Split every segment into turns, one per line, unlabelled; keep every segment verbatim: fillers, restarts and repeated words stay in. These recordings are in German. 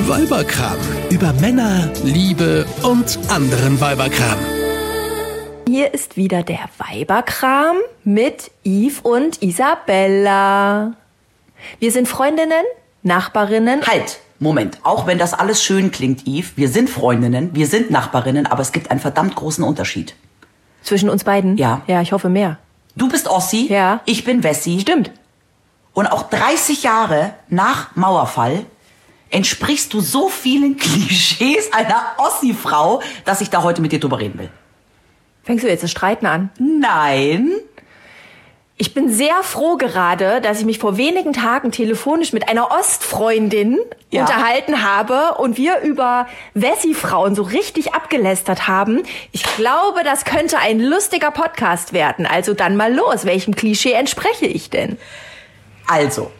Weiberkram. Über Männer, Liebe und anderen Weiberkram.
Hier ist wieder der Weiberkram mit Yves und Isabella. Wir sind Freundinnen, Nachbarinnen.
Halt, Moment. Auch wenn das alles schön klingt, Yves, wir sind Freundinnen, wir sind Nachbarinnen, aber es gibt einen verdammt großen Unterschied.
Zwischen uns beiden?
Ja.
Ja, ich hoffe mehr.
Du bist Ossi,
ja.
Ich bin Wessi.
Stimmt.
Und auch dreißig Jahre nach Mauerfall entsprichst du so vielen Klischees einer Ossi-Frau, dass ich da heute mit dir drüber reden will.
Fängst du jetzt das Streiten an?
Nein.
Ich bin sehr froh gerade, dass ich mich vor wenigen Tagen telefonisch mit einer Ostfreundin ja. unterhalten habe und wir über Wessi-Frauen so richtig abgelästert haben. Ich glaube, das könnte ein lustiger Podcast werden. Also dann mal los. Welchem Klischee entspreche ich denn?
Also,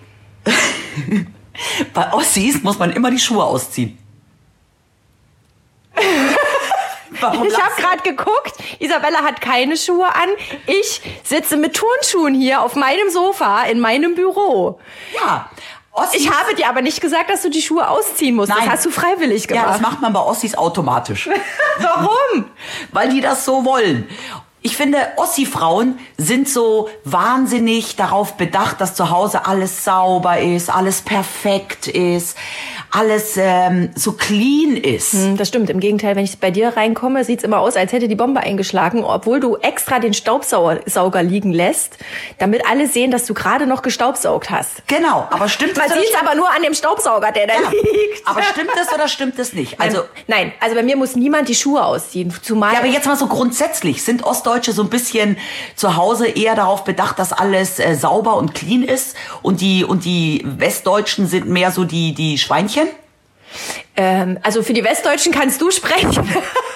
bei Ossis muss man immer die Schuhe ausziehen.
Warum ich habe gerade geguckt, Isabella hat keine Schuhe an. Ich sitze mit Turnschuhen hier auf meinem Sofa in meinem Büro.
Ja. Ossis.
Ich habe dir aber nicht gesagt, dass du die Schuhe ausziehen musst. Nein. Das hast du freiwillig gemacht.
Ja, das macht man bei Ossis automatisch.
Warum?
Weil die das so wollen. Ich finde, Ossi-Frauen sind so wahnsinnig darauf bedacht, dass zu Hause alles sauber ist, alles perfekt ist, alles ähm, so clean ist.
Hm, das stimmt. Im Gegenteil, wenn ich bei dir reinkomme, sieht's immer aus, als hätte die Bombe eingeschlagen, obwohl du extra den Staubsauger liegen lässt, damit alle sehen, dass du gerade noch gestaubsaugt hast.
Genau, aber stimmt das?
Man sieht's aber nur an dem Staubsauger, der da ja. liegt.
Aber stimmt das oder stimmt das nicht? Also
Nein, also bei mir muss niemand die Schuhe ausziehen. Zumal
ja, aber jetzt mal so grundsätzlich, sind Ostdeutsche so ein bisschen zu Hause eher darauf bedacht, dass alles äh, sauber und clean ist und die und die Westdeutschen sind mehr so die die Schweinchen?
Ähm, also für die Westdeutschen kannst du sprechen.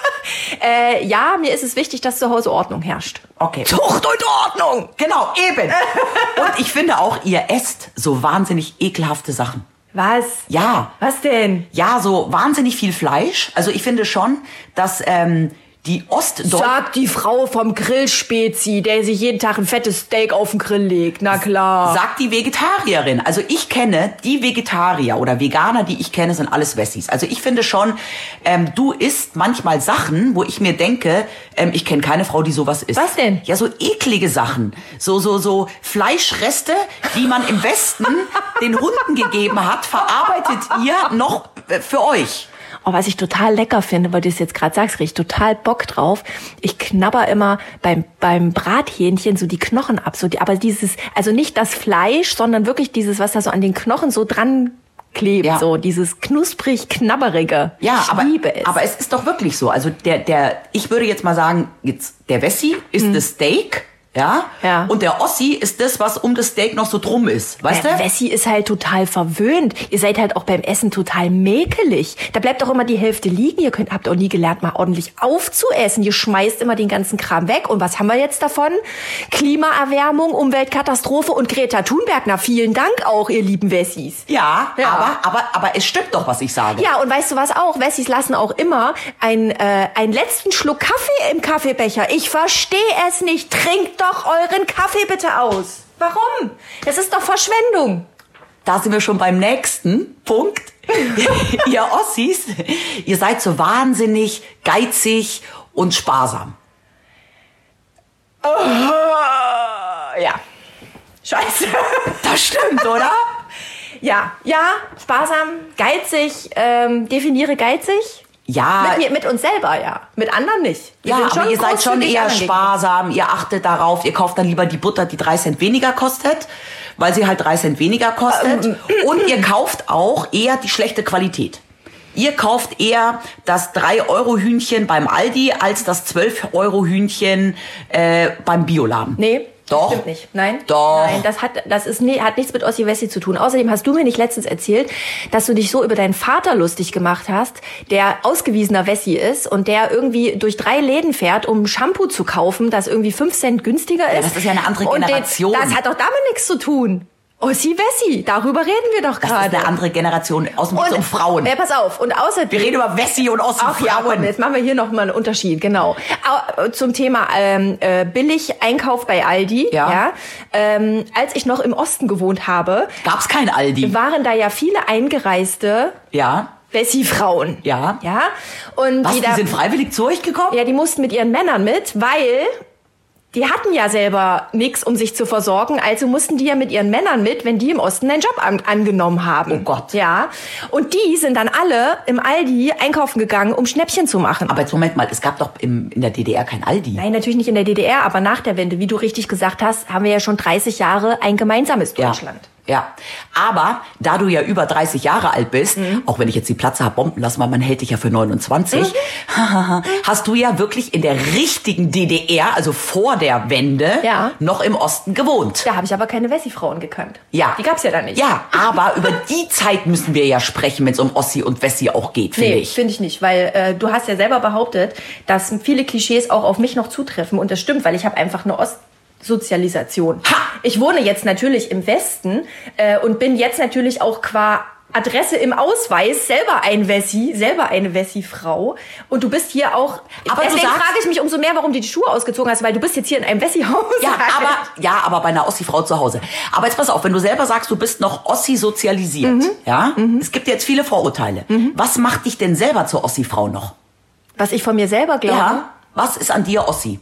äh, ja, mir ist es wichtig, dass zu Hause Ordnung herrscht.
Okay.
Zucht und Ordnung!
Genau, eben. Und ich finde auch, ihr esst so wahnsinnig ekelhafte Sachen.
Was?
Ja.
Was denn?
Ja, so wahnsinnig viel Fleisch. Also ich finde schon, dass ähm, die Ostdeutschen...
Sagt die Frau vom Grillspezi, der sich jeden Tag ein fettes Steak auf den Grill legt. Na klar.
Sagt die Vegetarierin. Also ich kenne die Vegetarier oder Veganer, die ich kenne, sind alles Wessis. Also ich finde schon, ähm, du isst manchmal Sachen, wo ich mir denke, ähm, ich kenne keine Frau, die sowas isst.
Was denn?
Ja, so eklige Sachen. So, so, so Fleischreste, die man im Westen den Hunden gegeben hat, verarbeitet ihr noch für euch.
Oh, was ich total lecker finde, weil du es jetzt gerade sagst, krieg ich total Bock drauf. Ich knabber immer beim beim Brathähnchen so die Knochen ab, so die, aber dieses, also nicht das Fleisch, sondern wirklich dieses, was da so an den Knochen so dran klebt, ja. So dieses knusprig knabberige.
Ja,
ich
aber,
liebe es.
Aber es ist doch wirklich so. Also der der, ich würde jetzt mal sagen, jetzt der Wessi ist hm. das Steak. Ja?
Ja.
Und der Ossi ist das, was um das Steak noch so drum ist. Weißt
der
du?
Wessi ist halt total verwöhnt. Ihr seid halt auch beim Essen total mäkelig. Da bleibt auch immer die Hälfte liegen. Ihr könnt, habt auch nie gelernt, mal ordentlich aufzuessen. Ihr schmeißt immer den ganzen Kram weg. Und was haben wir jetzt davon? Klimaerwärmung, Umweltkatastrophe und Greta Thunberg. Na, vielen Dank auch, ihr lieben Wessis.
Ja,
Ja.
aber, aber, aber es stimmt doch, was ich sage.
Ja, und weißt du was auch? Wessis lassen auch immer ein, äh, einen letzten Schluck Kaffee im Kaffeebecher. Ich verstehe es nicht. Trinkt doch euren Kaffee bitte aus. Warum? Das ist doch Verschwendung.
Da sind wir schon beim nächsten Punkt. Ihr Ossis, ihr seid so wahnsinnig geizig und sparsam.
Oh, ja. Scheiße.
Das stimmt, oder?
Ja, ja, sparsam, geizig, ähm, definiere geizig.
Ja.
Mit, mir, mit uns selber, ja. Mit anderen nicht. Wir
Ja,
sind schon
aber ihr seid schon
großzügig
eher
anderen
sparsam, ihr achtet darauf, ihr kauft dann lieber die Butter, die drei Cent weniger kostet, weil sie halt drei Cent weniger kostet.
Ähm,
Und ihr kauft auch eher die schlechte Qualität. Ihr kauft eher das drei Euro Hühnchen beim Aldi als das zwölf Euro Hühnchen äh, beim Bioladen.
Nee.
Doch.
Stimmt nicht. Nein?
Doch.
Nein, das hat, das ist, nee, hat nichts mit Ossi Wessi zu tun. Außerdem hast du mir nicht letztens erzählt, dass du dich so über deinen Vater lustig gemacht hast, der ausgewiesener Wessi ist und der irgendwie durch drei Läden fährt, um Shampoo zu kaufen, das irgendwie fünf Cent günstiger ist.
Ja, das ist ja eine andere Generation.
Und den, das hat doch damit nichts zu tun. Ossi Wessi, darüber reden wir doch gerade.
Das ist eine andere Generation, aus dem um Frauen.
Ja, pass auf. Und außerdem...
Wir reden über Wessi und Ossi
Ach ja,
Frauen.
komm, jetzt machen wir hier nochmal einen Unterschied, genau. Au- Zum Thema ähm, äh, Billig-Einkauf bei Aldi.
Ja.
Ja ähm, als ich noch im Osten gewohnt habe...
Gab's kein Aldi.
Waren da ja viele Eingereiste...
Ja.
Wessi-Frauen.
Ja.
Ja. Und
Was,
die,
die
da,
sind freiwillig zu euch gekommen?
ja, die mussten mit ihren Männern mit, weil die hatten ja selber nichts, um sich zu versorgen. Also mussten die ja mit ihren Männern mit, wenn die im Osten einen Job an, angenommen haben.
Oh Gott.
Ja. Und die sind dann alle im Aldi einkaufen gegangen, um Schnäppchen zu machen.
Aber jetzt Moment mal, es gab doch im, in der D D R kein Aldi.
Nein, natürlich nicht in der D D R, aber nach der Wende, wie du richtig gesagt hast, haben wir ja schon dreißig Jahre ein gemeinsames Deutschland.
Ja. Ja, aber da du ja über dreißig Jahre alt bist, mhm. auch wenn ich jetzt die Platze hab bomben lassen, weil man hält dich ja für neunundzwanzig, mhm. hast du ja wirklich in der richtigen D D R, also vor der Wende, ja. noch im Osten gewohnt.
Da habe ich aber keine Wessi-Frauen gekannt.
Ja.
Die gab's ja dann nicht.
Ja, aber über die Zeit müssen wir ja sprechen, wenn es um Ossi und Wessi auch geht, finde
nee,
ich.
finde ich nicht, weil äh, du hast ja selber behauptet, dass viele Klischees auch auf mich noch zutreffen und das stimmt, weil ich habe einfach eine Ost Sozialisation. Ha! Ich wohne jetzt natürlich im Westen äh, und bin jetzt natürlich auch qua Adresse im Ausweis selber ein Wessi, selber eine Wessi-Frau. Und du bist hier auch...
Aber
deswegen
sagst,
frage ich mich umso mehr, warum du die Schuhe ausgezogen hast, weil du bist jetzt hier in einem Wessi-Haus.
Ja, aber, ja, aber bei einer Ossi-Frau zu Hause. Aber jetzt pass auf, wenn du selber sagst, du bist noch Ossi sozialisiert, mhm. ja? Mhm. Es gibt jetzt viele Vorurteile. Mhm. Was macht dich denn selber zur Ossi-Frau noch?
Was ich von mir selber glaube?
Ja. Was ist an dir Ossi?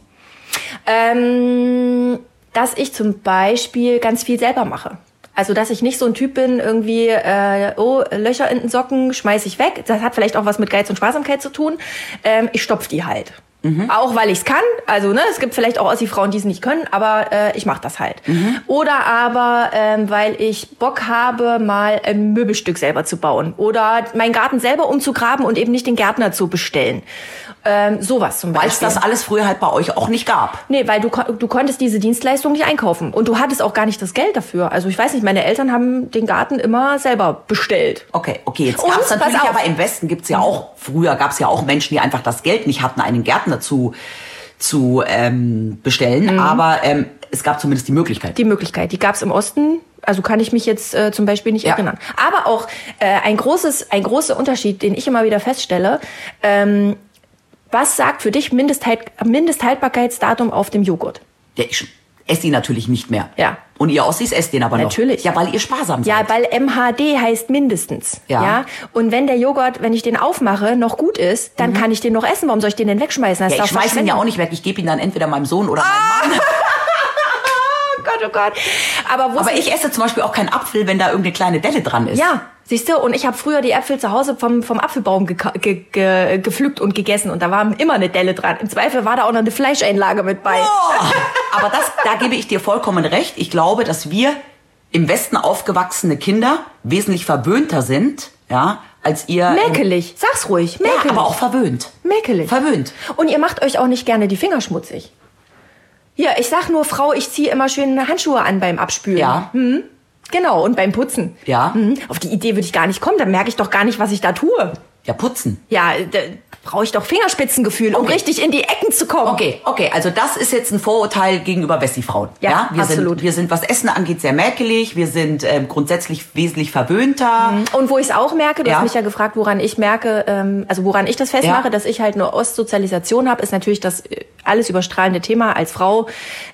Ähm, dass ich zum Beispiel ganz viel selber mache. Also, dass ich nicht so ein Typ bin, irgendwie, äh, oh, Löcher in den Socken, schmeiß ich weg. Das hat vielleicht auch was mit Geiz und Sparsamkeit zu tun. Ähm, ich stopf die halt. Mhm. Auch weil ich es kann. Also, ne, es gibt vielleicht auch Ossi-Frauen, die es nicht können, aber äh, ich mache das halt. Mhm. Oder aber, ähm, weil ich Bock habe, mal ein Möbelstück selber zu bauen. Oder meinen Garten selber umzugraben und eben nicht den Gärtner zu bestellen. Ähm, sowas zum Beispiel.
Weil es das alles früher halt bei euch auch nicht gab.
Nee, weil du, du konntest diese Dienstleistung nicht einkaufen. Und du hattest auch gar nicht das Geld dafür. Also ich weiß nicht, meine Eltern haben den Garten immer selber bestellt.
Okay, okay, jetzt gab es natürlich, aber im Westen gibt's ja auch, früher gab's ja auch Menschen, die einfach das Geld nicht hatten, einen Gärtner zu, zu ähm, bestellen. Mhm. Aber ähm, es gab zumindest die Möglichkeit.
Die Möglichkeit, die gab's im Osten. Also kann ich mich jetzt äh, zum Beispiel nicht ja. erinnern. Aber auch äh, ein großes, ein großer Unterschied, den ich immer wieder feststelle, ähm, was sagt für dich Mindesthalt, Mindesthaltbarkeitsdatum auf dem Joghurt?
Ja, ich esse ihn natürlich nicht mehr.
Ja.
Und ihr Ossis esst den aber noch.
Natürlich.
Ja, weil ihr sparsam seid.
Ja, weil M H D heißt mindestens. Ja. ja. Und wenn der Joghurt, wenn ich den aufmache, noch gut ist, dann mhm. kann ich den noch essen. Warum soll ich den denn wegschmeißen? Das
ja, ich schmeiße ihn ja auch nicht weg. Ich gebe ihn dann entweder meinem Sohn oder
ah!
meinem Mann.
Oh Gott, oh Gott. Aber,
aber ich esse zum Beispiel auch keinen Apfel, wenn da irgendeine kleine Delle dran ist.
Ja. Siehst du, und ich habe früher die Äpfel zu Hause vom, vom Apfelbaum ge- ge- ge- gepflückt und gegessen und da war immer eine Delle dran. Im Zweifel war da auch noch eine Fleischeinlage mit bei.
Oh, aber das, da gebe ich dir vollkommen recht. Ich glaube, dass wir im Westen aufgewachsene Kinder wesentlich verwöhnter sind, ja, als ihr...
Mäkelig, sag's ruhig, mäkelig.
Ja, aber auch verwöhnt.
Mäkelig.
Verwöhnt.
Und ihr macht euch auch nicht gerne die Finger schmutzig. Hier, ich sag nur, Frau, ich ziehe immer schön Handschuhe an beim Abspülen.
Ja.
Hm? Genau, und beim Putzen.
Ja.
Mhm. Auf die Idee würde ich gar nicht kommen, dann merke ich doch gar nicht, was ich da tue.
Ja, putzen.
Ja, da brauche ich doch Fingerspitzengefühl, um
okay.
richtig in die Ecken zu kommen.
Okay, okay, also das ist jetzt ein Vorurteil gegenüber Wessi-Frauen.
Ja,
ja? Wir
absolut.
Sind, wir sind, was Essen angeht, sehr mäkelig. Wir sind ähm, grundsätzlich wesentlich verwöhnter.
Mhm. Und wo ich es auch merke, du
ja.
hast mich ja gefragt, woran ich merke, ähm, also woran ich das festmache,
ja.
dass ich halt eine Ostsozialisation habe, ist natürlich das alles überstrahlende Thema als Frau.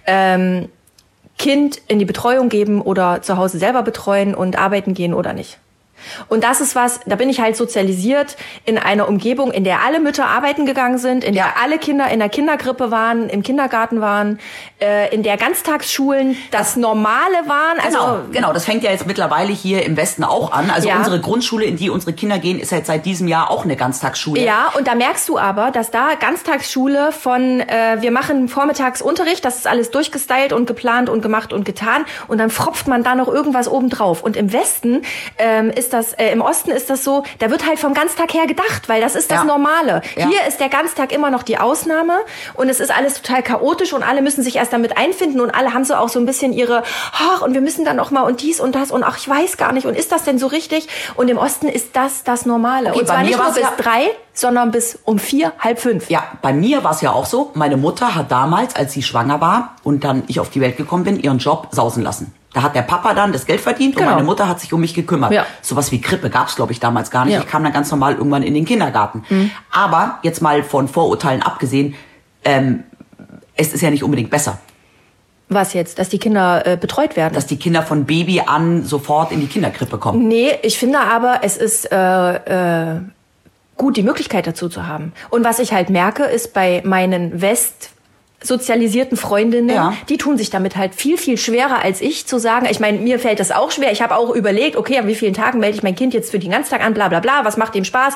Ähm, Kind in die Betreuung geben oder zu Hause selber betreuen und arbeiten gehen oder nicht. Und das ist was, da bin ich halt sozialisiert in einer Umgebung, in der alle Mütter arbeiten gegangen sind, in der ja. alle Kinder in der Kinderkrippe waren, im Kindergarten waren, äh, in der Ganztagsschulen das Normale waren. Also
genau, genau, das fängt ja jetzt mittlerweile hier im Westen auch an. Also
ja.
unsere Grundschule, in die unsere Kinder gehen, ist halt seit diesem Jahr auch eine Ganztagsschule.
Ja, und da merkst du aber, dass da Ganztagsschule von, äh, wir machen Vormittagsunterricht, das ist alles durchgestylt und geplant und gemacht und getan und dann fropft man da noch irgendwas obendrauf. Und im Westen ähm, ist das, äh, im Osten ist das so, da wird halt vom Ganztag her gedacht, weil das ist das
ja.
Normale.
Ja.
Hier ist der Ganztag immer noch die Ausnahme und es ist alles total chaotisch und alle müssen sich erst damit einfinden und alle haben so auch so ein bisschen ihre, ach, und wir müssen dann auch mal und dies und das und ach, ich weiß gar nicht und ist das denn so richtig? Und im Osten ist das das Normale.
Okay,
und zwar nicht nur bis
ja
drei, sondern bis um vier, halb fünf.
Ja, bei mir war es ja auch so, meine Mutter hat damals, als sie schwanger war und dann ich auf die Welt gekommen bin, ihren Job sausen lassen. Da hat der Papa dann das Geld verdient und genau. meine Mutter hat sich um mich gekümmert. Ja. Sowas wie Krippe gab's glaube ich, damals gar nicht. Ja. Ich kam dann ganz normal irgendwann in den Kindergarten. Mhm. Aber jetzt mal von Vorurteilen abgesehen, ähm, es ist ja nicht unbedingt besser.
Was jetzt? Dass die Kinder äh, betreut werden?
Dass die Kinder von Baby an sofort in die Kinderkrippe kommen.
Nee, ich finde aber, es ist äh, äh, gut, die Möglichkeit dazu zu haben. Und was ich halt merke, ist bei meinen West- sozialisierten Freundinnen, ja. die tun sich damit halt viel, viel schwerer als ich zu sagen. Ich meine, mir fällt das auch schwer. Ich habe auch überlegt, okay, an wie vielen Tagen melde ich mein Kind jetzt für den ganzen Tag an, bla bla bla, was macht ihm Spaß,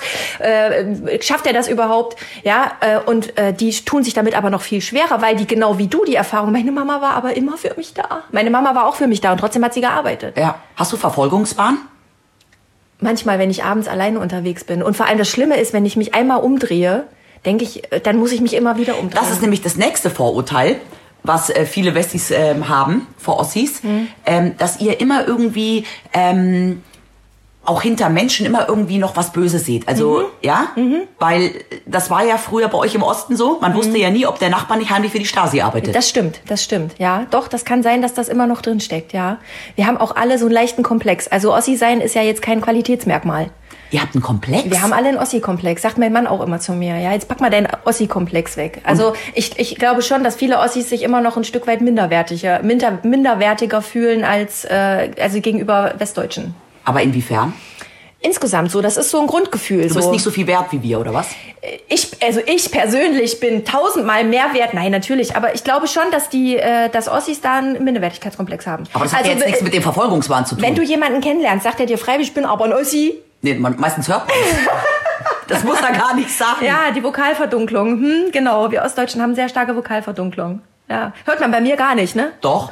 äh, schafft er das überhaupt? Ja, äh, und äh, die tun sich damit aber noch viel schwerer, weil die genau wie du die Erfahrung, meine Mama war aber immer für mich da. Meine Mama war auch für mich da und trotzdem hat sie gearbeitet.
Ja. Hast du Verfolgungswahn?
Manchmal, wenn ich abends alleine unterwegs bin. Und vor allem das Schlimme ist, wenn ich mich einmal umdrehe, denke ich, dann muss ich mich immer wieder umdrehen.
Das ist nämlich das nächste Vorurteil, was äh, viele Westis ähm, haben vor Ossis, mhm. ähm, dass ihr immer irgendwie ähm, auch hinter Menschen immer irgendwie noch was Böses seht. Also, mhm. ja, mhm. weil das war ja früher bei euch im Osten so. Man mhm. wusste ja nie, ob der Nachbar nicht heimlich für die Stasi arbeitet.
Das stimmt, das stimmt, ja. Doch, das kann sein, dass das immer noch drin steckt, ja. Wir haben auch alle so einen leichten Komplex. Also Ossi sein ist ja jetzt kein Qualitätsmerkmal.
Ihr habt einen Komplex?
Wir haben alle einen Ossi-Komplex, sagt mein Mann auch immer zu mir. Ja, jetzt pack mal deinen Ossi-Komplex weg. Also ich, ich glaube schon, dass viele Ossis sich immer noch ein Stück weit minderwertiger, minder, minderwertiger fühlen als äh, also gegenüber Westdeutschen.
Aber inwiefern?
Insgesamt so, das ist so ein Grundgefühl.
Du bist so. Nicht so viel wert wie wir, oder was?
Ich, also ich persönlich bin tausendmal mehr wert. Nein, natürlich. Aber ich glaube schon, dass die, äh, dass Ossis da einen Minderwertigkeitskomplex haben.
Aber das hat
also,
ja jetzt nichts mit dem Verfolgungswahn zu tun.
Wenn du jemanden kennenlernst, sagt er dir freiwillig, ich bin aber ein Ossi.
Nee, man, meistens hört man das. Das muss er gar nicht sagen.
Ja, die Vokalverdunklung. Hm, genau, wir Ostdeutschen haben sehr starke Vokalverdunklung. Ja, hört man bei mir gar nicht, ne?
Doch.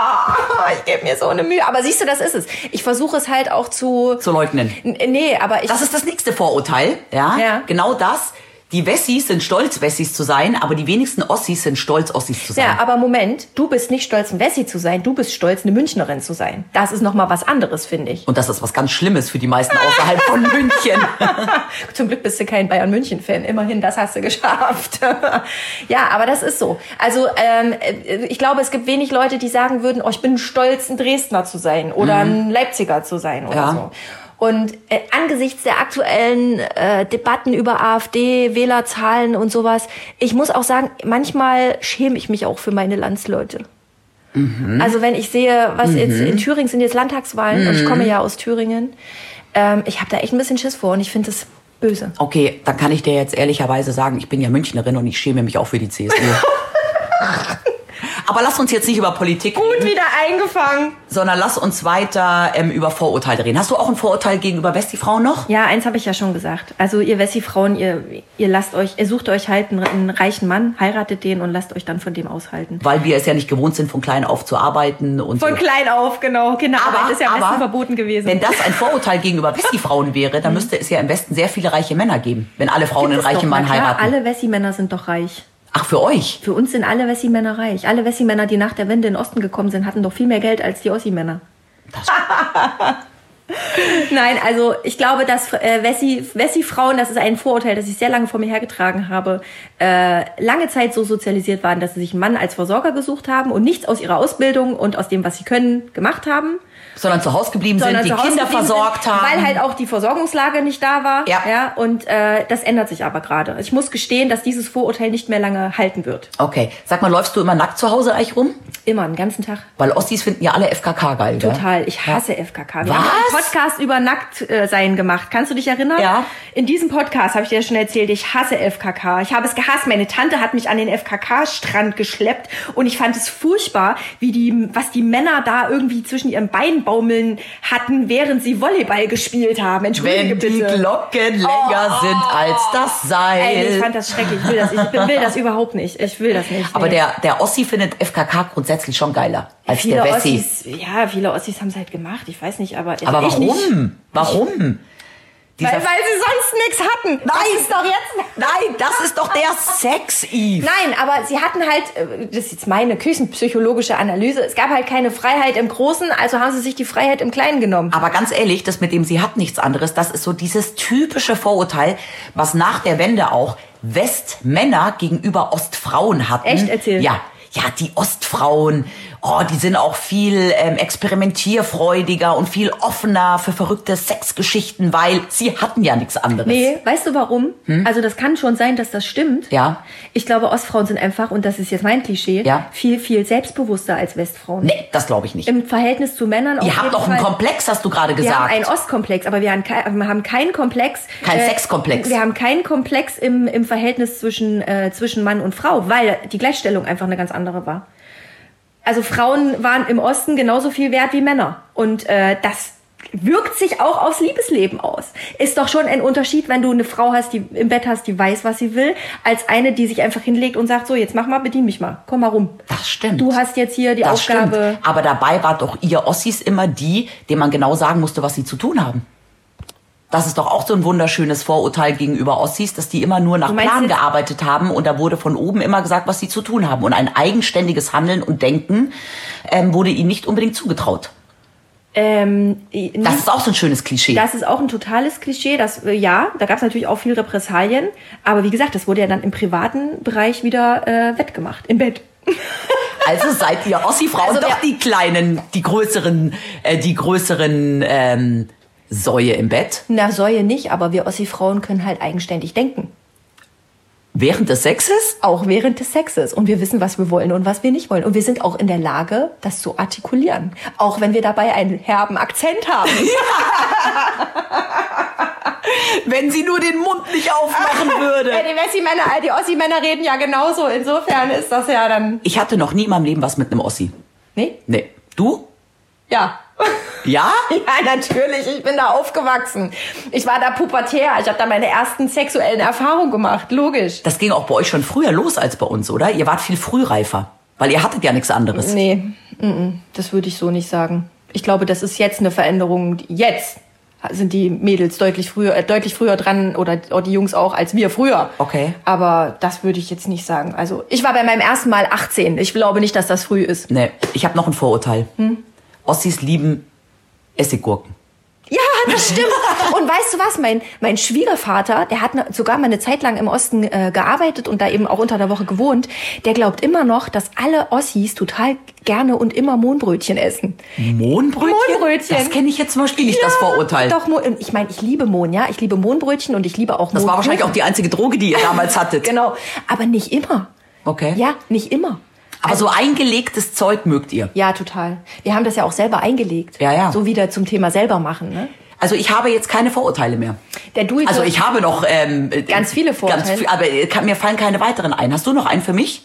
Oh, ich gebe mir so eine Mühe. Aber siehst du, das ist es. Ich versuche es halt auch zu...
Zu leugnen.
N- nee, aber ich...
Das ist das nächste Vorurteil, ja?
Ja.
Genau das. Die Wessis sind stolz, Wessis zu sein, aber die wenigsten Ossis sind stolz, Ossis zu sein.
Ja, aber Moment, du bist nicht stolz, ein Wessi zu sein, du bist stolz, eine Münchnerin zu sein. Das ist nochmal was anderes, finde ich.
Und das ist was ganz Schlimmes für die meisten außerhalb von München.
Zum Glück bist du kein Bayern-München-Fan. Immerhin, das hast du geschafft. Ja, aber das ist so. Also ähm, ich glaube, es gibt wenig Leute, die sagen würden, oh, ich bin stolz, ein Dresdner zu sein oder mhm. ein Leipziger zu sein oder ja. so. Und äh, angesichts der aktuellen äh, Debatten über AfD, Wählerzahlen und sowas, ich muss auch sagen, manchmal schäme ich mich auch für meine Landsleute. Mhm. Also wenn ich sehe, was mhm. jetzt in Thüringen sind jetzt Landtagswahlen mhm. und ich komme ja aus Thüringen, ähm, ich habe da echt ein bisschen Schiss vor und ich finde das böse.
Okay, dann kann ich dir jetzt ehrlicherweise sagen, ich bin ja Münchnerin und ich schäme mich auch für die C S U. Aber lass uns jetzt nicht über Politik
Gut
reden.
wieder eingefangen.
Sondern lass uns weiter ähm, über Vorurteile reden. Hast du auch ein Vorurteil gegenüber Wessi-Frauen noch?
Ja, eins habe ich ja schon gesagt. Also ihr Wessi-Frauen, ihr, ihr lasst euch, ihr sucht euch halt einen, einen reichen Mann, heiratet den und lasst euch dann von dem aushalten.
Weil wir es ja nicht gewohnt sind, von klein auf zu arbeiten. Und
von
so.
klein auf, genau. Kinderarbeit aber, ist ja am besten verboten gewesen.
Wenn das ein Vorurteil gegenüber Wessi-Frauen wäre, dann müsste es ja im Westen sehr viele reiche Männer geben. Wenn alle Frauen einen reichen Mann heiraten.
Alle Wessi-Männer sind doch reich.
Ach, für euch?
Für uns sind alle Wessi-Männer reich. Alle Wessi-Männer, die nach der Wende in den Osten gekommen sind, hatten doch viel mehr Geld als die Ossi-Männer. Das Nein, also ich glaube, dass äh, Wessi, Wessi-Frauen, das ist ein Vorurteil, das ich sehr lange vor mir hergetragen habe, äh, lange Zeit so sozialisiert waren, dass sie sich einen Mann als Versorger gesucht haben und nichts aus ihrer Ausbildung und aus dem, was sie können, gemacht haben.
Sondern zu Hause geblieben sind, die Kinder versorgt haben.
Weil halt auch die Versorgungslage nicht da war.
Ja.
ja und äh, das ändert sich aber gerade. Ich muss gestehen, dass dieses Vorurteil nicht mehr lange halten wird.
Okay. Sag mal, läufst du immer nackt zu Hause eigentlich rum?
Immer, den ganzen Tag.
Weil Ossis finden ja alle F K K geil,
Total.
Oder?
Ich hasse ja. F K K. Wir
Was?
haben einen Podcast über Nacktsein gemacht. Kannst du dich erinnern?
Ja.
In diesem Podcast habe ich dir schon erzählt, ich hasse F K K. Ich habe es gehasst. Meine Tante hat mich an den F K K-Strand geschleppt und ich fand es furchtbar, wie die, was die Männer da irgendwie zwischen ihren Beinen baumeln hatten, während sie Volleyball gespielt haben. Entschuldige
Wenn
bitte.
die Glocken länger oh, sind als das Seil.
Ey, ich fand das schrecklich. Ich will das, ich will das überhaupt nicht. Ich will das nicht.
Aber
nee.
der, der Ossi findet F K K grundsätzlich schon geiler als
viele
der Wessi.
Ossis, ja, viele Ossis haben es halt gemacht. Ich weiß nicht, aber
Aber
ich
warum?
Nicht.
Warum?
Weil, weil sie sonst nichts hatten.
Nein,
das ist doch jetzt.
Nein, das ist doch der Sex, Eve.
Nein, aber sie hatten halt, das ist jetzt meine küchenpsychologische Analyse, es gab halt keine Freiheit im Großen, also haben sie sich die Freiheit im Kleinen genommen.
Aber ganz ehrlich, das mit dem sie hat nichts anderes, das ist so dieses typische Vorurteil, was nach der Wende auch Westmänner gegenüber Ostfrauen hatten.
Echt? Erzähl.
Ja. ja, die Ostfrauen, oh, die sind auch viel ähm, experimentierfreudiger und viel offener für verrückte Sexgeschichten, weil sie hatten ja nichts anderes.
Nee, weißt du warum? Hm? Also das kann schon sein, dass das stimmt.
Ja.
Ich glaube, Ostfrauen sind einfach, und das ist jetzt mein Klischee,
ja.
viel, viel selbstbewusster als Westfrauen.
Nee, das glaube ich nicht.
Im Verhältnis zu Männern.
Ihr habt doch einen Komplex, hast du gerade gesagt.
Wir haben einen Ostkomplex, aber wir haben, kein, wir haben keinen Komplex.
Kein
äh,
Sexkomplex.
Wir haben keinen Komplex im, im Verhältnis zwischen, äh, zwischen Mann und Frau, weil die Gleichstellung einfach eine ganz andere war. Also Frauen waren im Osten genauso viel wert wie Männer. Und äh, das wirkt sich auch aufs Liebesleben aus. Ist doch schon ein Unterschied, wenn du eine Frau hast, die im Bett hast, die weiß, was sie will, als eine, die sich einfach hinlegt und sagt, so, jetzt mach mal, bedien mich mal, komm mal rum.
Das stimmt.
Du hast jetzt hier die
das
Aufgabe.
Stimmt. Aber dabei war doch ihr Ossis immer die, denen man genau sagen musste, was sie zu tun haben. Das ist doch auch so ein wunderschönes Vorurteil gegenüber Ossis, dass die immer nur nach Plan gearbeitet haben und da wurde von oben immer gesagt, was sie zu tun haben. Und ein eigenständiges Handeln und Denken ähm, wurde ihnen nicht unbedingt zugetraut.
Ähm,
das ist auch so ein schönes Klischee.
Das ist auch ein totales Klischee. Das, ja, da gab es natürlich auch viel Repressalien. Aber wie gesagt, das wurde ja dann im privaten Bereich wieder äh, wettgemacht, im Bett.
Also seid ihr Ossi-Frauen also doch die kleinen, die größeren, äh, die größeren ähm, Säue im Bett?
Na, Säue nicht, aber wir Ossi-Frauen können halt eigenständig denken.
Während des Sexes?
Auch während des Sexes. Und wir wissen, was wir wollen und was wir nicht wollen. Und wir sind auch in der Lage, das zu artikulieren. Auch wenn wir dabei einen herben Akzent haben.
Wenn sie nur den Mund nicht aufmachen würde.
Ja, die Wessi-Männer, die Ossi-Männer reden ja genauso. Insofern ist das ja dann...
Ich hatte noch nie in meinem Leben was mit einem Ossi.
Nee?
Nee. Du?
Ja.
Ja?
Ja, natürlich. Ich bin da aufgewachsen. Ich war da pubertär. Ich habe da meine ersten sexuellen Erfahrungen gemacht. Logisch.
Das ging auch bei euch schon früher los als bei uns, oder? Ihr wart viel frühreifer. Weil ihr hattet ja nichts anderes.
Nee, das würde ich so nicht sagen. Ich glaube, das ist jetzt eine Veränderung. Jetzt sind die Mädels deutlich früher, äh, deutlich früher dran oder, oder die Jungs auch als wir früher.
Okay.
Aber das würde ich jetzt nicht sagen. Also ich war bei meinem ersten Mal achtzehn. Ich glaube nicht, dass das früh ist.
Nee, ich habe noch ein Vorurteil. Hm? Ossis lieben Essiggurken.
Ja, das stimmt. Und weißt du was? Mein, mein Schwiegervater, der hat sogar mal eine Zeit lang im Osten äh, gearbeitet und da eben auch unter der Woche gewohnt. Der glaubt immer noch, dass alle Ossis total gerne und immer Mohnbrötchen essen.
Mohnbrötchen?
Mohnbrötchen.
Das kenne ich jetzt zum Beispiel nicht,
ja,
das Vorurteil.
Doch, ich meine, ich liebe Mohn, ja. Ich liebe Mohnbrötchen und ich liebe auch Mohnbrötchen.
Das war wahrscheinlich auch die einzige Droge, die ihr damals hattet.
Genau. Aber nicht immer.
Okay.
Ja, nicht immer.
Aber also, so eingelegtes Zeug mögt ihr?
Ja, total. Wir haben das ja auch selber eingelegt.
Ja, ja.
So wieder zum Thema selber machen, ne?
Also ich habe jetzt keine Vorurteile mehr.
Der du
also ich habe noch ähm,
ganz viele Vorurteile.
Ganz viel, aber kann, mir fallen keine weiteren ein. Hast du noch einen für mich?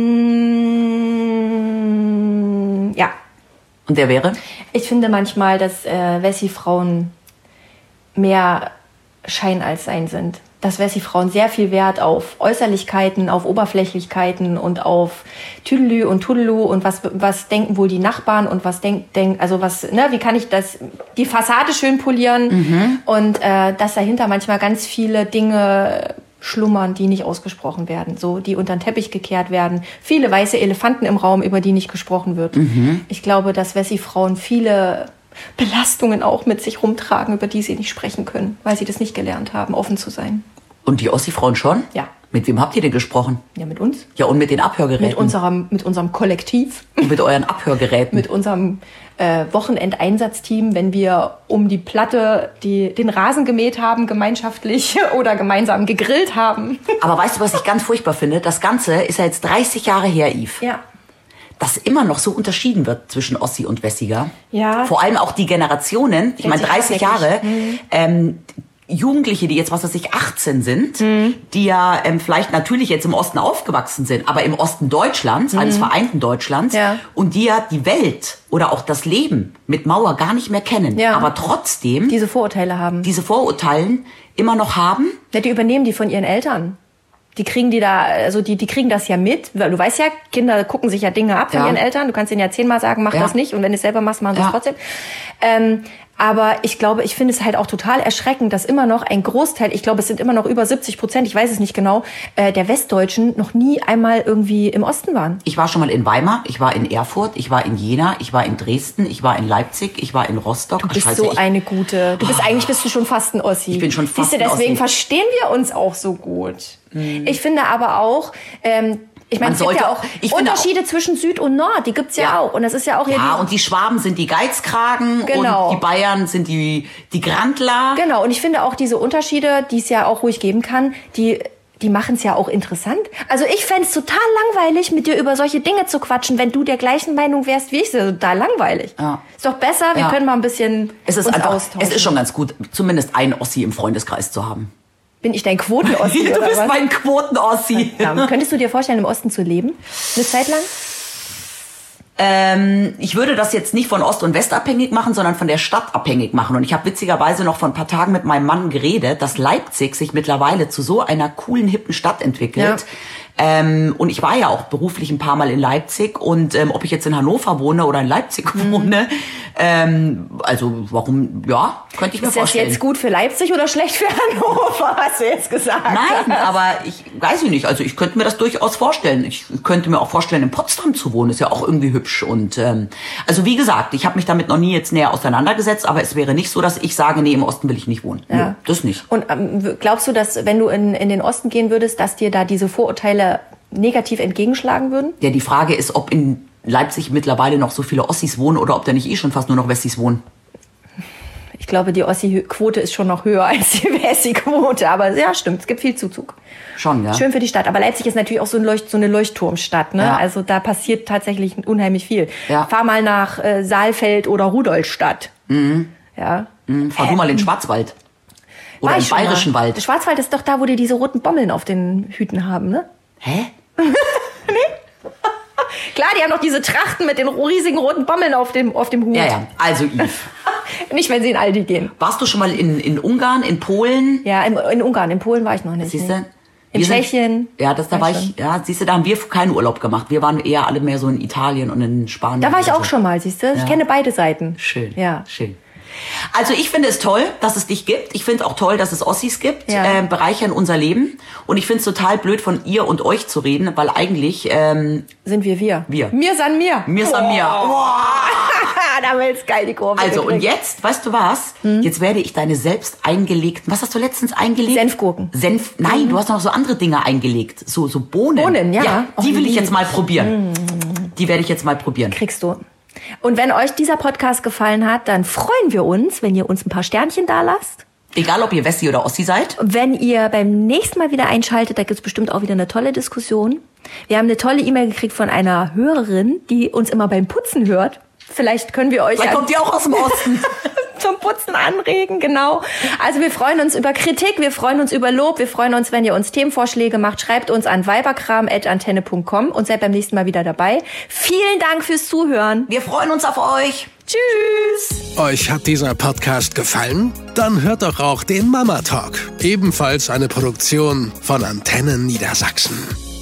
Mm, ja.
Und der wäre?
Ich finde manchmal, dass äh, Wessi-Frauen mehr Schein als Sein sind. Dass Wessi-Frauen sehr viel Wert auf Äußerlichkeiten, auf Oberflächlichkeiten und auf Tüdelü und Tudelu und was, was denken wohl die Nachbarn und was denkt, denk, also was, ne, wie kann ich das, die Fassade schön polieren mhm. und äh, dass dahinter manchmal ganz viele Dinge schlummern, die nicht ausgesprochen werden, so, die unter den Teppich gekehrt werden. Viele weiße Elefanten im Raum, über die nicht gesprochen wird. Mhm. Ich glaube, dass Wessi-Frauen viele Belastungen auch mit sich rumtragen, über die sie nicht sprechen können, weil sie das nicht gelernt haben, offen zu sein.
Und die Ossi-Frauen schon?
Ja.
Mit wem habt ihr denn gesprochen?
Ja, mit uns.
Ja, und mit den Abhörgeräten?
Mit unserem, mit unserem Kollektiv.
Und mit euren Abhörgeräten?
Mit unserem äh, Wochenendeinsatzteam, wenn wir um die Platte die, den Rasen gemäht haben, gemeinschaftlich oder gemeinsam gegrillt haben.
Aber weißt du, was ich ganz furchtbar finde? Das Ganze ist ja jetzt dreißig Jahre her, Yves.
Ja.
Dass immer noch so unterschieden wird zwischen Ossi und Wessiger.
Ja.
Vor allem auch die Generationen. Ich meine, dreißig Jahre. Mhm. Ähm, Jugendliche, die jetzt, was weiß ich, achtzehn sind, mhm. die ja ähm, vielleicht natürlich jetzt im Osten aufgewachsen sind, aber im Osten Deutschlands, mhm. eines vereinten Deutschlands,
ja.
und die ja die Welt oder auch das Leben mit Mauer gar nicht mehr kennen,
ja.
aber trotzdem
diese Vorurteile haben.
Diese Vorurteilen immer noch haben.
Ja, die übernehmen die von ihren Eltern. Die kriegen die da, also die, die kriegen das ja mit. Du weißt ja, Kinder gucken sich ja Dinge ab von
ja.
ihren Eltern. Du kannst ihnen ja zehnmal sagen, mach
ja.
das nicht. Und wenn du es selber machst, machen sie es
ja.
trotzdem. Ähm, aber ich glaube, ich finde es halt auch total erschreckend, dass immer noch ein Großteil, ich glaube, es sind immer noch über siebzig Prozent, ich weiß es nicht genau, äh, der Westdeutschen noch nie einmal irgendwie im Osten waren.
Ich war schon mal in Weimar, ich war in Erfurt, ich war in Jena, ich war in Dresden, ich war in Leipzig, ich war in Rostock.
Du bist
Ach,
so
ich,
eine gute, du bist oh. eigentlich bist du schon fast ein Ossi.
Ich bin schon fast
Siehst du,
ein
deswegen
Ossi.
verstehen wir uns auch so gut. Hm. Ich finde aber auch, ähm, Ich meine, es gibt ja auch
ich
Unterschiede
auch,
zwischen Süd und Nord, die gibt's ja, ja auch. Und das ist ja auch hier
Ja,
die,
und die Schwaben sind die Geizkragen
genau.
und die Bayern sind die, die Grandler.
Genau, und ich finde auch diese Unterschiede, die es ja auch ruhig geben kann, die... Die machen es ja auch interessant. Also ich fände es total langweilig, mit dir über solche Dinge zu quatschen, wenn du der gleichen Meinung wärst wie ich. Das ist total langweilig.
Ja.
Ist doch besser, wir
ja.
können mal ein bisschen
es ist
uns
einfach,
austauschen.
Es ist schon ganz gut, zumindest einen Ossi im Freundeskreis zu haben.
Bin ich dein Quoten-Ossi
Du
oder
bist
was?
mein Quoten-Ossi.
Ja, könntest du dir vorstellen, im Osten zu leben? Eine Zeit lang?
Ähm, ich würde das jetzt nicht von Ost und West abhängig machen, sondern von der Stadt abhängig machen. Und ich habe witzigerweise noch vor ein paar Tagen mit meinem Mann geredet, dass Leipzig sich mittlerweile zu so einer coolen, hippen Stadt entwickelt. Ja. Ähm, und ich war ja auch beruflich ein paar Mal in Leipzig. Und ähm, ob ich jetzt in Hannover wohne oder in Leipzig mhm. wohne, ähm, also warum, ja, könnte ich mir
Ist
vorstellen.
Ist das jetzt gut für Leipzig oder schlecht für Hannover, hast du jetzt gesagt?
Nein, aber ich weiß ich nicht. Also ich könnte mir das durchaus vorstellen. Ich könnte mir auch vorstellen, in Potsdam zu wohnen. Ist ja auch irgendwie hübsch. Und ähm, also wie gesagt, ich habe mich damit noch nie jetzt näher auseinandergesetzt, aber es wäre nicht so, dass ich sage, nee, im Osten will ich nicht wohnen. Ja. Nee, das nicht.
Und ähm, glaubst du, dass wenn du in, in den Osten gehen würdest, dass dir da diese Vorurteile negativ entgegenschlagen würden?
Ja, die Frage ist, ob in Leipzig mittlerweile noch so viele Ossis wohnen oder ob da nicht eh schon fast nur noch Wessis wohnen.
Ich glaube, die Ossi-Quote ist schon noch höher als die Wessi-Quote. Aber ja, stimmt, es gibt viel Zuzug.
Schon, ja.
Schön für die Stadt. Aber Leipzig ist natürlich auch so, ein Leucht, so eine Leuchtturmstadt. Ne? Ja. Also da passiert tatsächlich unheimlich viel. Ja. Fahr mal nach äh, Saalfeld oder Rudolstadt.
Mhm.
Ja.
Mhm. Fahr äh, du mal in den Schwarzwald. Oder im Bayerischen Wald.
Der Schwarzwald ist doch da, wo die diese roten Bommeln auf den Hüten haben, ne?
Hä?
Nee? Klar, die haben doch diese Trachten mit den riesigen roten Bommeln auf dem, auf dem Hut.
Ja, ja. Also, Yves.
Nicht, wenn sie in Aldi gehen.
Warst du schon mal in, in Ungarn, in Polen?
Ja, in, in Ungarn. In Polen war ich noch nicht.
Siehst du?
In wir Tschechien.
Sind, ja, das, da war ich, ja, siehst du, da haben wir keinen Urlaub gemacht. Wir waren eher alle mehr so in Italien und in Spanien.
Da war ich
so.
auch schon mal, siehst du? Ich ja. kenne beide Seiten.
Schön.
Ja.
Schön. Also ich finde es toll, dass es dich gibt. Ich finde es auch toll, dass es Ossis gibt.
Ja.
Äh, bereichern unser Leben. Und ich finde es total blöd, von ihr und euch zu reden, weil eigentlich... Ähm,
sind wir wir.
Wir.
Mir san mir.
Mir san mir.
Da haben wir jetzt geil die Kurve
Also
gekriegt.
und jetzt, weißt du was? Hm? Jetzt werde ich deine selbst eingelegten... Was hast du letztens eingelegt?
Senfgurken.
Senf... Nein, mhm. du hast noch so andere Dinge eingelegt. So, so Bohnen.
Bohnen, ja.
ja die
oh,
will ich jetzt mal probieren.
Mm.
Die werde ich jetzt mal probieren.
Kriegst du. Und wenn euch dieser Podcast gefallen hat, dann freuen wir uns, wenn ihr uns ein paar Sternchen da lasst.
Egal, ob ihr Wessi oder Ossi seid.
Wenn ihr beim nächsten Mal wieder einschaltet, da gibt's bestimmt auch wieder eine tolle Diskussion. Wir haben eine tolle E-Mail gekriegt von einer Hörerin, die uns immer beim Putzen hört. Vielleicht können wir euch...
Vielleicht kommt die auch aus dem Osten.
zum Putzen anregen, genau. Also wir freuen uns über Kritik, wir freuen uns über Lob, wir freuen uns, wenn ihr uns Themenvorschläge macht. Schreibt uns an weiberkram at antenne punkt com und seid beim nächsten Mal wieder dabei. Vielen Dank fürs Zuhören.
Wir freuen uns auf euch.
Tschüss.
Euch hat dieser Podcast gefallen? Dann hört doch auch den Mama Talk. Ebenfalls eine Produktion von Antenne Niedersachsen.